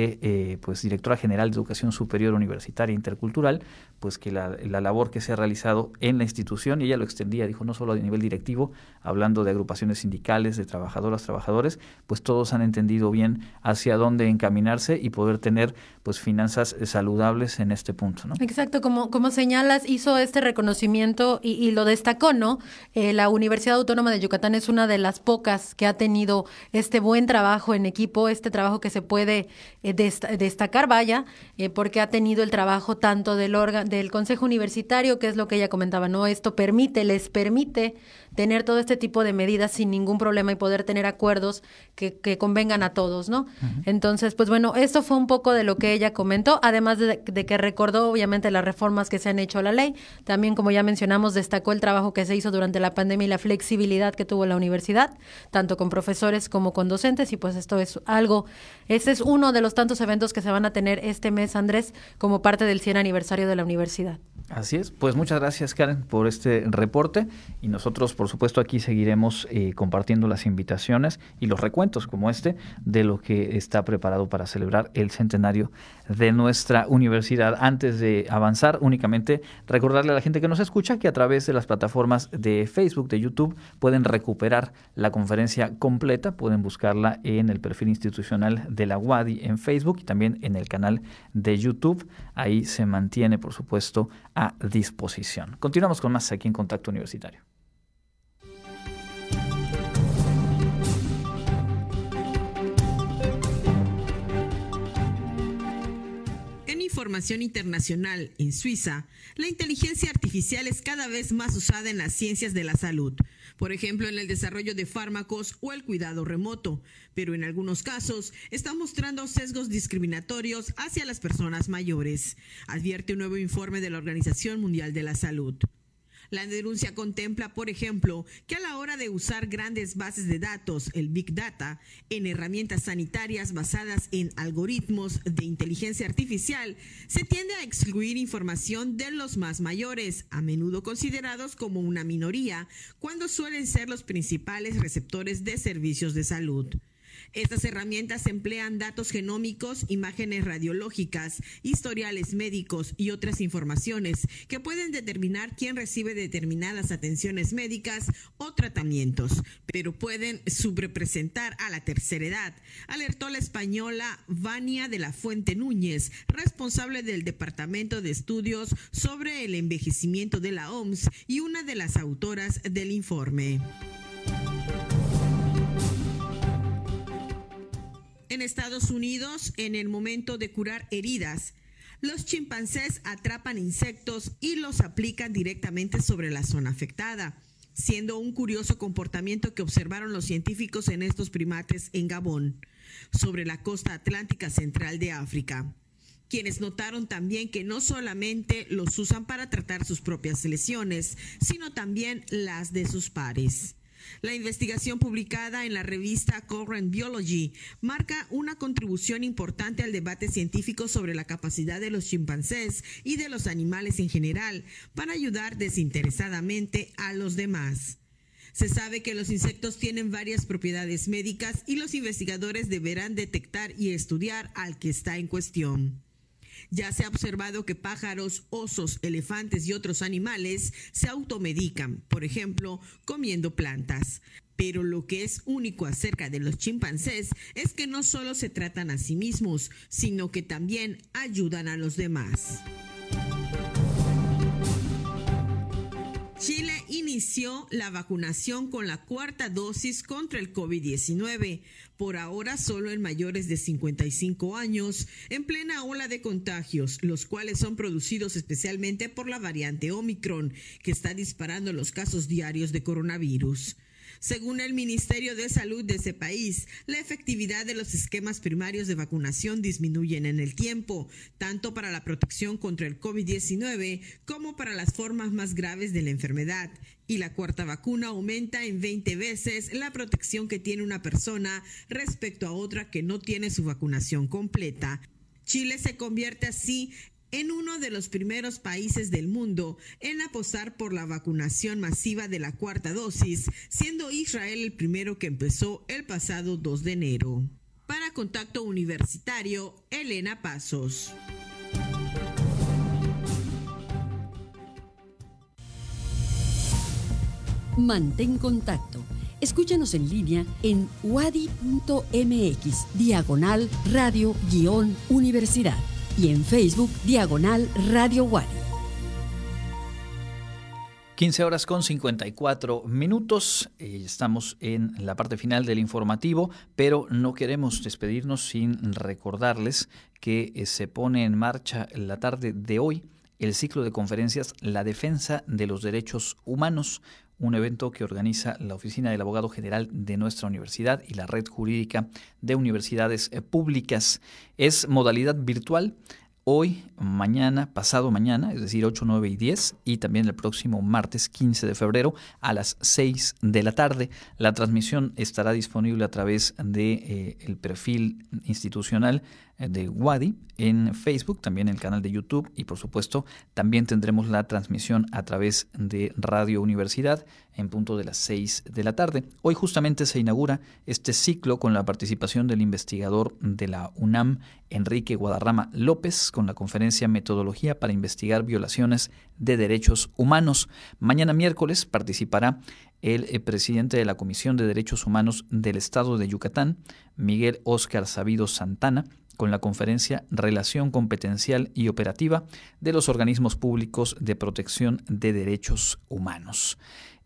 de pues directora general de Educación Superior Universitaria Intercultural, pues que la labor que se ha realizado en la institución, y ella lo extendía, dijo, no solo a nivel directivo, hablando de agrupaciones sindicales, de trabajadoras, trabajadores, pues todos han entendido bien hacia dónde encaminarse y poder tener pues finanzas saludables en este punto, ¿no? Exacto, como señalas, hizo este reconocimiento y lo destacó, ¿no? La Universidad Autónoma de Yucatán es una de las pocas que ha tenido este buen trabajo en equipo, este trabajo que se puede destacar, porque ha tenido el trabajo tanto del Consejo Universitario, que es lo que ella comentaba, ¿no? Esto les permite tener todo este tipo de medidas sin ningún problema y poder tener acuerdos que convengan a todos, ¿no? Uh-huh. Entonces, pues bueno, esto fue un poco de lo que ella comentó, además de que recordó obviamente las reformas que se han hecho a la ley. También, como ya mencionamos, destacó el trabajo que se hizo durante la pandemia y la flexibilidad que tuvo la universidad, tanto con profesores como con docentes, y pues esto es este es uno de los tantos eventos que se van a tener este mes, Andrés, como parte del 100 aniversario de la universidad. Así es, pues muchas gracias, Karen, por este reporte, y nosotros por supuesto aquí seguiremos compartiendo las invitaciones y los recuentos como este de lo que está preparado para celebrar el centenario de nuestra universidad. Antes de avanzar, únicamente recordarle a la gente que nos escucha que a través de las plataformas de Facebook, de YouTube, pueden recuperar la conferencia completa, pueden buscarla en el perfil institucional de la UADY en Facebook y también en el canal de YouTube. Ahí se mantiene, por supuesto, a disposición. Continuamos con más aquí en Contacto Universitario. En información internacional, en Suiza, la inteligencia artificial es cada vez más usada en las ciencias de la salud, por ejemplo, en el desarrollo de fármacos o el cuidado remoto, pero en algunos casos está mostrando sesgos discriminatorios hacia las personas mayores, advierte un nuevo informe de la Organización Mundial de la Salud. La denuncia contempla, por ejemplo, que a la hora de usar grandes bases de datos, el Big Data, en herramientas sanitarias basadas en algoritmos de inteligencia artificial, se tiende a excluir información de los más mayores, a menudo considerados como una minoría, cuando suelen ser los principales receptores de servicios de salud. Estas herramientas emplean datos genómicos, imágenes radiológicas, historiales médicos y otras informaciones que pueden determinar quién recibe determinadas atenciones médicas o tratamientos, pero pueden subrepresentar a la tercera edad, alertó la española Vania de la Fuente Núñez, responsable del Departamento de Estudios sobre el Envejecimiento de la OMS y una de las autoras del informe. En Estados Unidos, en el momento de curar heridas, los chimpancés atrapan insectos y los aplican directamente sobre la zona afectada, siendo un curioso comportamiento que observaron los científicos en estos primates en Gabón, sobre la costa atlántica central de África, quienes notaron también que no solamente los usan para tratar sus propias lesiones, sino también las de sus pares. La investigación publicada en la revista Current Biology marca una contribución importante al debate científico sobre la capacidad de los chimpancés y de los animales en general para ayudar desinteresadamente a los demás. Se sabe que los insectos tienen varias propiedades médicas y los investigadores deberán detectar y estudiar al que está en cuestión. Ya se ha observado que pájaros, osos, elefantes y otros animales se automedican, por ejemplo, comiendo plantas. Pero lo que es único acerca de los chimpancés es que no solo se tratan a sí mismos, sino que también ayudan a los demás. Chile inició la vacunación con la cuarta dosis contra el COVID-19, por ahora solo en mayores de 55 años, en plena ola de contagios, los cuales son producidos especialmente por la variante Omicron, que está disparando los casos diarios de coronavirus. Según el Ministerio de Salud de ese país, la efectividad de los esquemas primarios de vacunación disminuyen en el tiempo, tanto para la protección contra el COVID-19 como para las formas más graves de la enfermedad. Y la cuarta vacuna aumenta en 20 veces la protección que tiene una persona respecto a otra que no tiene su vacunación completa. Chile se convierte así en uno de los primeros países del mundo en apostar por la vacunación masiva de la cuarta dosis, siendo Israel el primero que empezó el pasado 2 de enero. Para Contacto Universitario, Elena Pasos. Mantén contacto. Escúchanos en línea en wadi.mx/radio-universidad y en Facebook /Radio Wadi. 15:54. Estamos en la parte final del informativo, pero no queremos despedirnos sin recordarles que se pone en marcha la tarde de hoy el ciclo de conferencias La Defensa de los Derechos Humanos, un evento que organiza la Oficina del Abogado General de nuestra universidad y la Red Jurídica de Universidades Públicas. Es modalidad virtual. Hoy, mañana, pasado mañana, es decir, 8, 9 y 10, y también el próximo martes 15 de febrero a las 6 de la tarde. La transmisión estará disponible a través de el perfil institucional de Wadi en Facebook, también el canal de YouTube, y por supuesto también tendremos la transmisión a través de Radio Universidad en punto de las 6 de la tarde. Hoy justamente se inaugura este ciclo con la participación del investigador de la UNAM, Enrique Guadarrama López, con la conferencia Metodología para investigar violaciones de derechos humanos. Mañana miércoles participará el presidente de la Comisión de Derechos Humanos del Estado de Yucatán, Miguel Óscar Sabido Santana, con la conferencia Relación Competencial y Operativa de los Organismos Públicos de Protección de Derechos Humanos.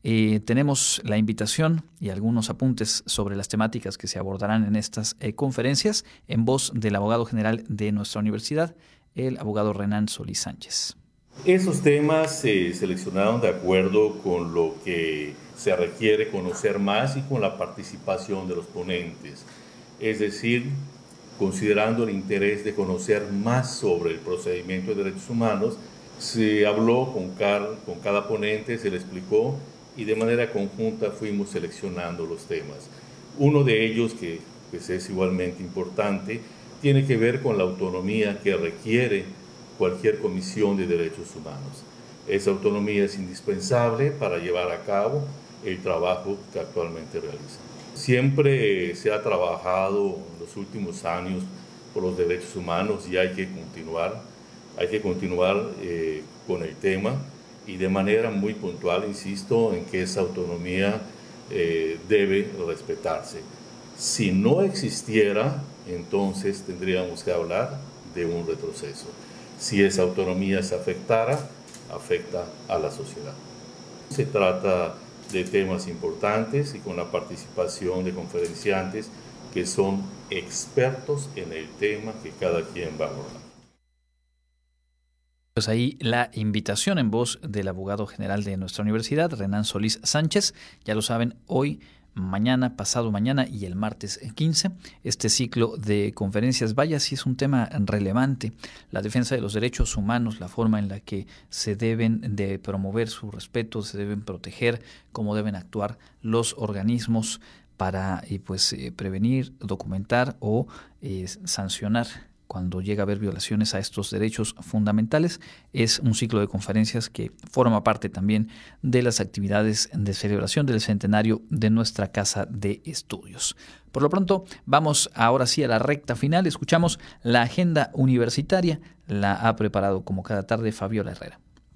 Tenemos la invitación y algunos apuntes sobre las temáticas que se abordarán en estas conferencias en voz del abogado general de nuestra universidad, el abogado Renan Solís Sánchez. Esos temas se seleccionaron de acuerdo con lo que se requiere conocer más y con la participación de los ponentes, es decir, considerando el interés de conocer más sobre el procedimiento de derechos humanos. Se habló con cada ponente, se le explicó y de manera conjunta fuimos seleccionando los temas. Uno de ellos, que pues, es igualmente importante, tiene que ver con la autonomía que requiere cualquier comisión de derechos humanos. Esa autonomía es indispensable para llevar a cabo el trabajo que actualmente realiza. Siempre se ha trabajado en los últimos años por los derechos humanos y hay que continuar con el tema y de manera muy puntual, insisto, en que esa autonomía debe respetarse. Si no existiera, entonces tendríamos que hablar de un retroceso. Si esa autonomía se afectara, afecta a la sociedad. Se trata de temas importantes y con la participación de conferenciantes que son expertos en el tema que cada quien va a abordar. Pues ahí la invitación en voz del abogado general de nuestra universidad, Renan Solís Sánchez. Ya lo saben, hoy mañana, pasado mañana y el martes 15. Este ciclo de conferencias, vaya, sí es un tema relevante, la defensa de los derechos humanos, la forma en la que se deben de promover su respeto, se deben proteger, cómo deben actuar los organismos para prevenir, documentar o sancionar cuando llega a haber violaciones a estos derechos fundamentales. Es un ciclo de conferencias que forma parte también de las actividades de celebración del centenario de nuestra Casa de Estudios. Por lo pronto, vamos ahora sí a la recta final. Escuchamos la agenda universitaria. La ha preparado como cada tarde Fabiola Herrera.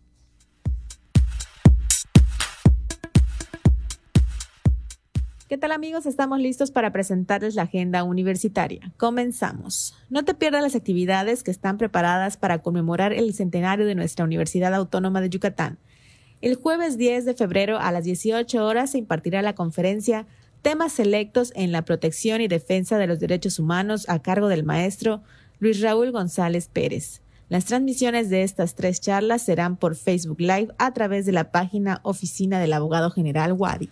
¿Qué tal, amigos? Estamos listos para presentarles la agenda universitaria. Comenzamos. No te pierdas las actividades que están preparadas para conmemorar el centenario de nuestra Universidad Autónoma de Yucatán. El jueves 10 de febrero a las 18 horas se impartirá la conferencia Temas selectos en la protección y defensa de los derechos humanos a cargo del maestro Luis Raúl González Pérez. Las transmisiones de estas 3 charlas serán por Facebook Live a través de la página Oficina del Abogado General Wadi.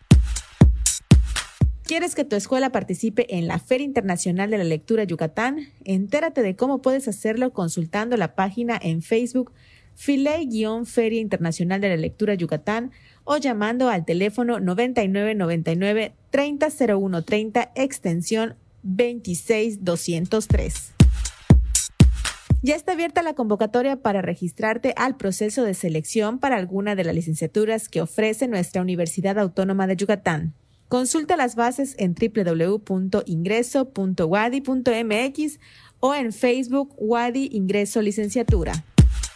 ¿Quieres que tu escuela participe en la Feria Internacional de la Lectura Yucatán? Entérate de cómo puedes hacerlo consultando la página en Facebook Filey-Feria Internacional de la Lectura Yucatán o llamando al teléfono 9999 300130 extensión 26203. Ya está abierta la convocatoria para registrarte al proceso de selección para alguna de las licenciaturas que ofrece nuestra Universidad Autónoma de Yucatán. Consulta las bases en www.ingreso.wadi.mx o en Facebook Wadi Ingreso Licenciatura.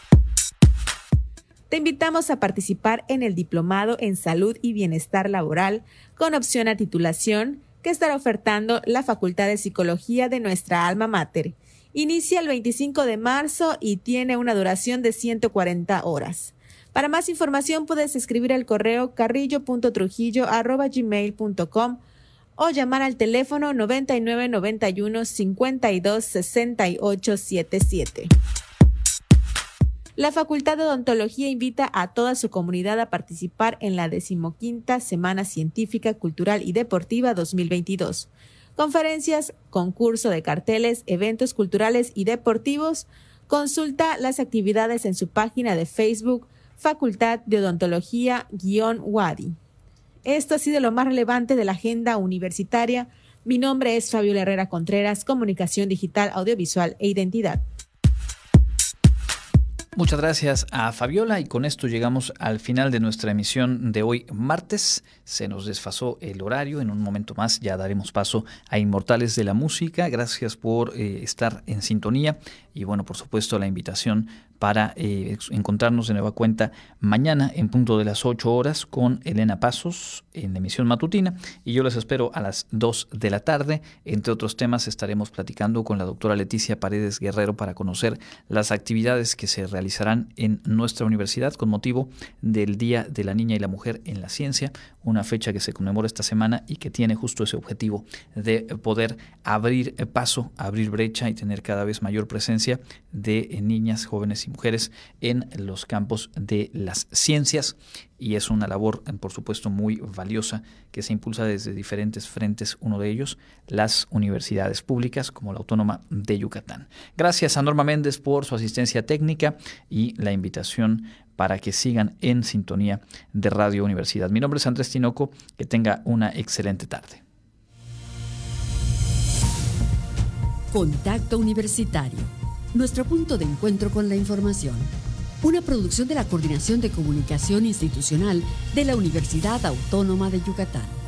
Te invitamos a participar en el Diplomado en Salud y Bienestar Laboral con opción a titulación que estará ofertando la Facultad de Psicología de nuestra alma mater. Inicia el 25 de marzo y tiene una duración de 140 horas. Para más información puedes escribir al correo carrillo.trujillo@gmail.com o llamar al teléfono 9991 52 68 77. La Facultad de Odontología invita a toda su comunidad a participar en la 15ª Semana Científica, Cultural y Deportiva 2022. Conferencias, concurso de carteles, eventos culturales y deportivos. Consulta las actividades en su página de Facebook Facultad de Odontología-Wadi. Esto ha sido lo más relevante de la agenda universitaria. Mi nombre es Fabiola Herrera Contreras, Comunicación Digital, Audiovisual e Identidad. Muchas gracias a Fabiola y con esto llegamos al final de nuestra emisión de hoy martes. Se nos desfasó el horario, en un momento más ya daremos paso a Inmortales de la Música. Gracias por estar en sintonía y bueno, por supuesto la invitación para encontrarnos de nueva cuenta mañana en punto de las 8 horas con Elena Pasos en la emisión matutina y yo les espero a las 2 de la tarde. Entre otros temas estaremos platicando con la doctora Leticia Paredes Guerrero para conocer las actividades que se realizarán en nuestra universidad con motivo del Día de la Niña y la Mujer en la Ciencia, una fecha que se conmemora esta semana y que tiene justo ese objetivo de poder abrir paso, abrir brecha y tener cada vez mayor presencia de niñas, jóvenes y mujeres en los campos de las ciencias. Y es una labor, por supuesto, muy valiosa que se impulsa desde diferentes frentes, uno de ellos, las universidades públicas como la Autónoma de Yucatán. Gracias a Norma Méndez por su asistencia técnica y la invitación para que sigan en sintonía de Radio Universidad. Mi nombre es Andrés Tinoco, que tenga una excelente tarde. Contacto Universitario, nuestro punto de encuentro con la información. Una producción de la Coordinación de Comunicación Institucional de la Universidad Autónoma de Yucatán.